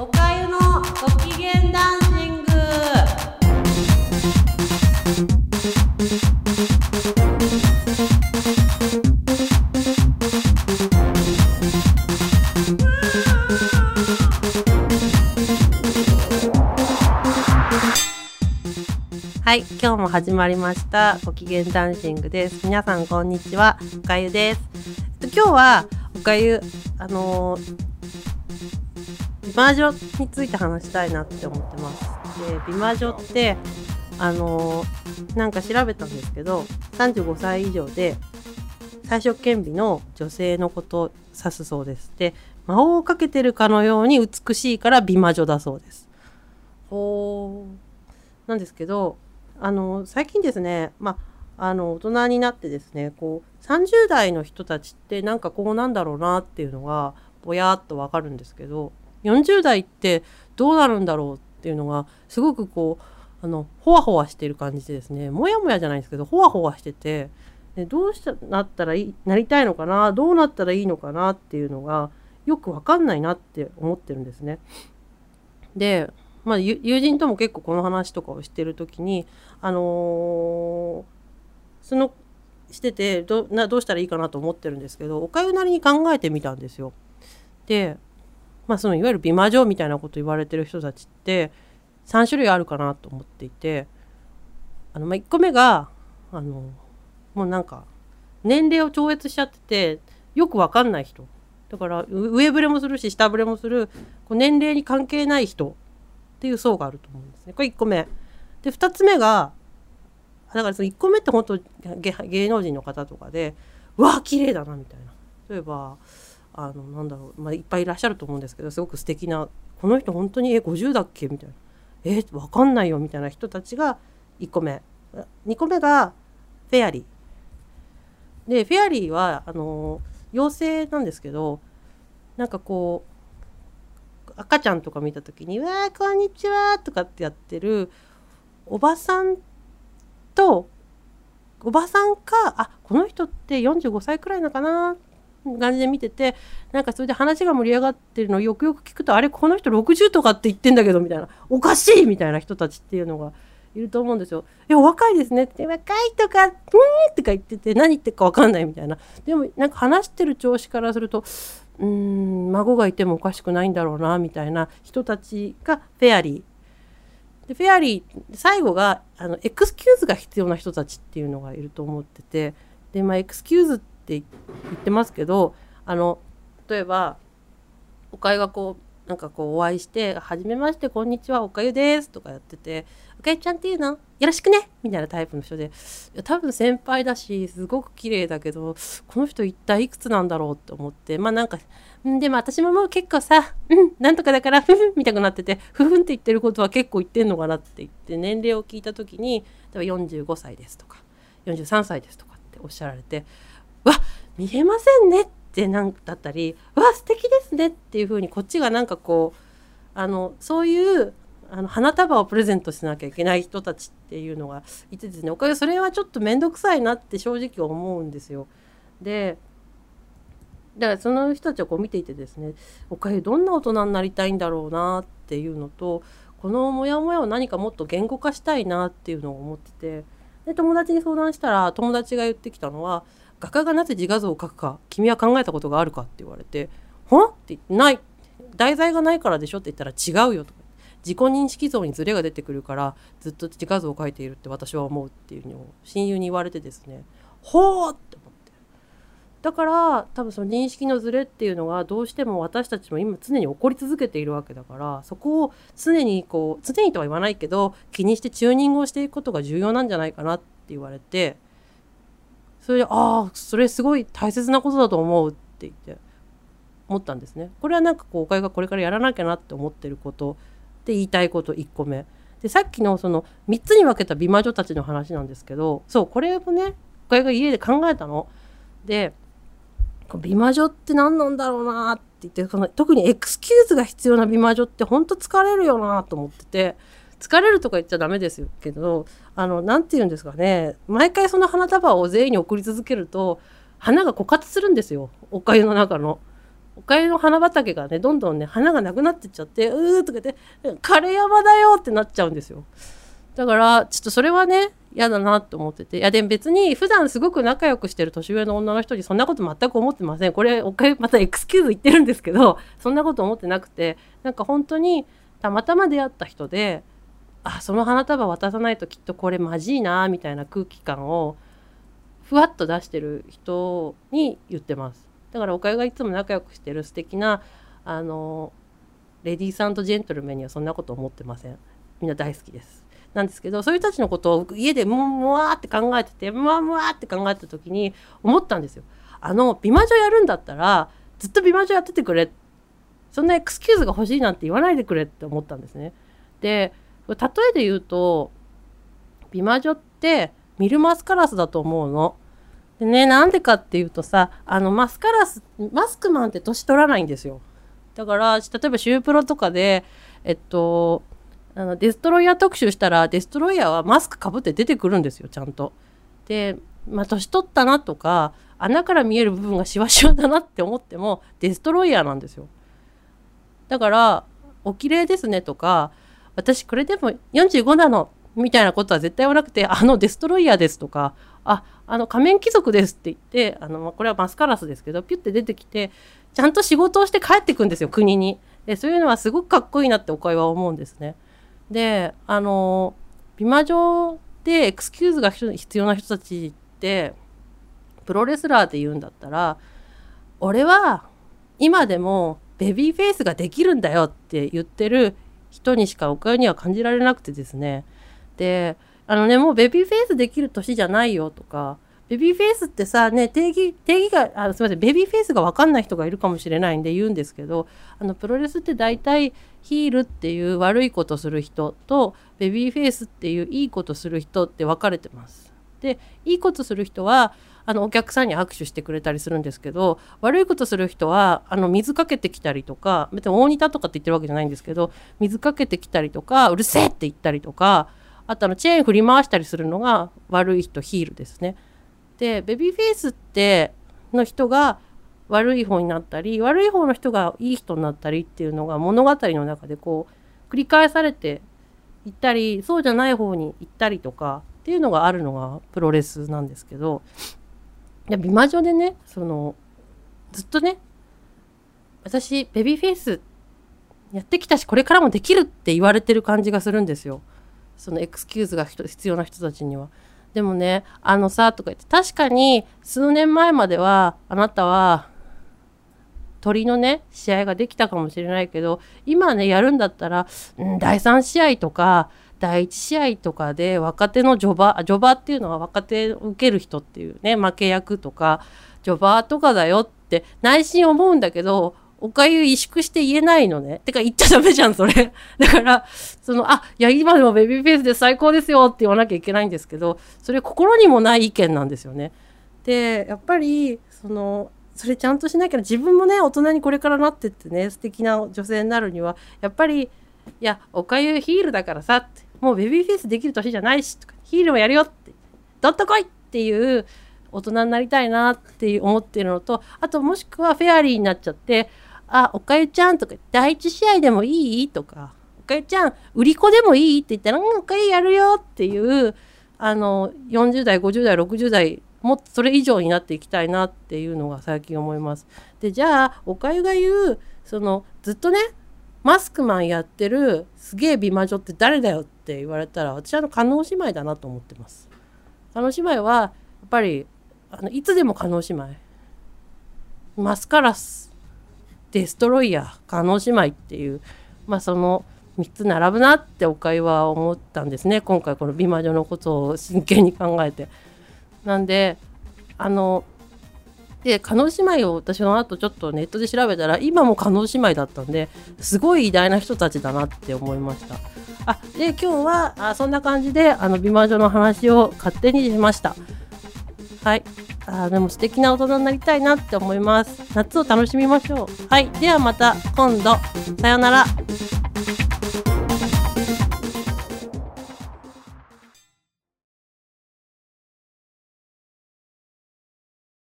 おかゆのご機嫌ダンシング。はい、今日も始まりましたご機嫌ダンシングです。皆さんこんにちは、おかゆです。今日はおかゆ美魔女について話したいなって思ってます。で、美魔女ってなんか調べたんですけど、35歳以上で才色兼備の女性のことを指すそうです。で、魔法をかけてるかのように美しいから美魔女だそうです。なんですけど、最近ですね、大人になってですね、こう30代の人たちってなんかこうなんだろうなっていうのがぼやっとわかるんですけど、40代ってどうなるんだろうっていうのがすごくこうほわほわしてる感じでですね、もやもやじゃないですけどほわほわしてて、でどうなったらなりたいのかな、どうなったらいいのかなっていうのがよくわかんないなって思ってるんですね。で、友人とも結構この話とかをしてるときにしててどうしたらいいかなと思ってるんですけど、おかゆなりに考えてみたんですよ。で、そのいわゆる美魔女みたいなこと言われてる人たちって3種類あるかなと思っていて、1個目がもうなんか年齢を超越しちゃっててよくわかんない人だから、上振れもするし下振れもするこう年齢に関係ない人っていう層があると思うんですね。これ1個目で、2つ目がだからその1個目って本当芸能人の方とかでうわ綺麗だなみたいな、例えばなんだろう、いっぱいいらっしゃると思うんですけど、すごく素敵な、この人本当に50だっけみたいな、わかんないよみたいな人たちが1個目。2個目がフェアリーで、フェアリーは妖精なんですけど、なんかこう赤ちゃんとか見た時に「うわーこんにちは」とかってやってるおばさんか、この人って45歳くらいなのかな感じで見てて、なんかそれで話が盛り上がってるのをよくよく聞くと、あれこの人60とかって言ってんだけどみたいな、おかしいみたいな人たちっていうのがいると思うんですよ。お若いですねって、若いとかとか言ってて何言ってるか分かんないみたいな。でもなんか話してる調子からすると孫がいてもおかしくないんだろうなみたいな人たちがフェアリーで、フェアリー最後がエクスキューズが必要な人たちっていうのがいると思ってて、でエクスキューズって言ってますけど、例えばおかゆがこうなんかこうお会いして「はじめましてこんにちはおかゆです」とかやってて「おかゆちゃんっていうのよろしくね」みたいなタイプの人で、多分先輩だしすごく綺麗だけどこの人一体いくつなんだろうって思って、なんかでも私ももう結構さなんとかだからふふみたくなってて、ふふんって言ってることは結構言ってんのかなって言って年齢を聞いた時に例えば45歳ですとか43歳ですとかっておっしゃられて、わ見えませんねってだったり、わ素敵ですねっていう風にこっちがなんかこうそういう花束をプレゼントしなきゃいけない人たちっていうのがいてですね、おかげでそれはちょっと面倒くさいなって正直思うんですよ。でだからその人たちをこう見ていてですね、おかゆどんな大人になりたいんだろうなっていうのと、このモヤモヤを何かもっと言語化したいなっていうのを思ってて、で友達に相談したら友達が言ってきたのは、画家がなぜ自画像を描くか君は考えたことがあるかって言われて、はって言ってない、題材がないからでしょって言ったら違うよとか、自己認識像にズレが出てくるからずっと自画像を描いているって私は思うっていうのを親友に言われてですね、ほーって思って、だから多分その認識のズレっていうのがどうしても私たちも今常に起こり続けているわけだから、そこを常にとは言わないけど気にしてチューニングをしていくことが重要なんじゃないかなって言われて、それでそれすごい大切なことだと思うって言って思ったんですね。これはなんかこうおかゆがこれからやらなきゃなって思ってることで、言いたいこと1個目で、さっきのその3つに分けた美魔女たちの話なんですけど、そうこれもねおかゆが家で考えたので、美魔女って何なんだろうなって言って、特にエクスキューズが必要な美魔女って本当疲れるよなと思ってて、疲れるとか言っちゃダメですけど、なんて言うんですかね、毎回その花束を全員に送り続けると花が枯渇するんですよ、おかゆの中の。 おかゆの花畑がねどんどんね花がなくなってっちゃって、とか言って枯れ山だよってなっちゃうんですよ。だからちょっとそれはね嫌だなって思ってて、いやでも別に普段すごく仲良くしてる年上の女の人にそんなこと全く思ってません。これおかゆまたエクスキューズ言ってるんですけど、そんなこと思ってなくて、なんか本当にたまたま出会った人で、その花束渡さないときっとこれまずいなみたいな空気感をふわっと出してる人に言ってます。だからおかゆがいつも仲良くしてる素敵なレディース&ジェントルメンにはそんなこと思ってません。みんな大好きです。なんですけど、そういう人たちのことを家でもわーって考えてて、もわーって考えた時に思ったんですよ。美魔女やるんだったらずっと美魔女やっててくれ、そんなエクスキューズが欲しいなんて言わないでくれって思ったんですね。で、例えで言うと美魔女ってミルマスカラスだと思うの。でね、なんでかっていうとさ、マスクマンって年取らないんですよ。だから例えばシュープロとかでデストロイヤー特集したら、デストロイヤーはマスクかぶって出てくるんですよ、ちゃんと。で、年取ったなとか穴から見える部分がシワシワだなって思ってもデストロイヤーなんですよ。だからお綺麗ですねとか、私これでも45なのみたいなことは絶対言わなくて、デストロイヤーですとか、仮面貴族ですって言って、これはマスカラスですけどピュッて出てきてちゃんと仕事をして帰ってくんですよ、国に。でそういうのはすごくかっこいいなってお会は思うんですね。で美魔女でエクスキューズが必要な人たちってプロレスラーで言うんだったら、俺は今でもベビーフェイスができるんだよって言ってる人にしかおかゆには感じられなくてですね。でもうベビーフェイスできる年じゃないよとか、ベビーフェイスってさね、定義がすみません、ベビーフェイスが分かんない人がいるかもしれないんで言うんですけど、プロレスって大体ヒールっていう悪いことする人とベビーフェイスっていういいことする人って分かれてます。でいいことする人はお客さんに握手してくれたりするんですけど、悪いことする人は水かけてきたりとか、別に大仁田とかって言ってるわけじゃないんですけど、水かけてきたりとかうるせえって言ったりとか、あとチェーン振り回したりするのが悪い人、ヒールですね。でベビーフェイスっての人が悪い方になったり、悪い方の人がいい人になったりっていうのが物語の中でこう繰り返されていったり、そうじゃない方に行ったりとかっていうのがあるのがプロレスなんですけど、美魔女でね、ずっとね、私ベビーフェイスやってきたしこれからもできるって言われてる感じがするんですよ、そのエクスキューズが必要な人たちには。でもね、さとか言って、確かに数年前まではあなたは鳥のね試合ができたかもしれないけど、今ねやるんだったら、第3試合とか第1試合とかで若手のジョバっていうのは若手を受ける人っていうね、負け役とかジョバーとかだよって内心思うんだけど、おかゆ萎縮して言えないのね。てか言っちゃダメじゃんそれ。だからいや今でもベビーフェイスで最高ですよって言わなきゃいけないんですけど、それ心にもない意見なんですよね。でやっぱりそれちゃんとしなきゃ、自分もね大人にこれからなってってね素敵な女性になるにはやっぱり、いやおかゆヒールだからさって、もうベビーフェイスできる年じゃないしとか、ヒールもやるよってどっと来いっていう大人になりたいなって思ってるのと、あともしくはフェアリーになっちゃって、おかゆちゃんとか第一試合でもいいとか、おかゆちゃん売り子でもいいって言ったら、おかゆやるよっていう40代50代60代もっとそれ以上になっていきたいなっていうのが最近思います。でじゃあおかゆが言うずっとねマスクマンやってるすげえ美魔女って誰だよって言われたら、私は叶姉妹だなと思ってます。叶姉妹はやっぱりいつでも叶姉妹、マスカラス、デストロイヤー、叶姉妹っていう、その3つ並ぶなっておかゆは思ったんですね、今回この美魔女のことを真剣に考えて。なんで叶姉妹を私の後ちょっとネットで調べたら、今も叶姉妹だったんで、すごい偉大な人たちだなって思いました。で今日はそんな感じで美魔女の話を勝手にしました。はい、でも素敵な大人になりたいなって思います。夏を楽しみましょう。はい、ではまた今度、さようなら。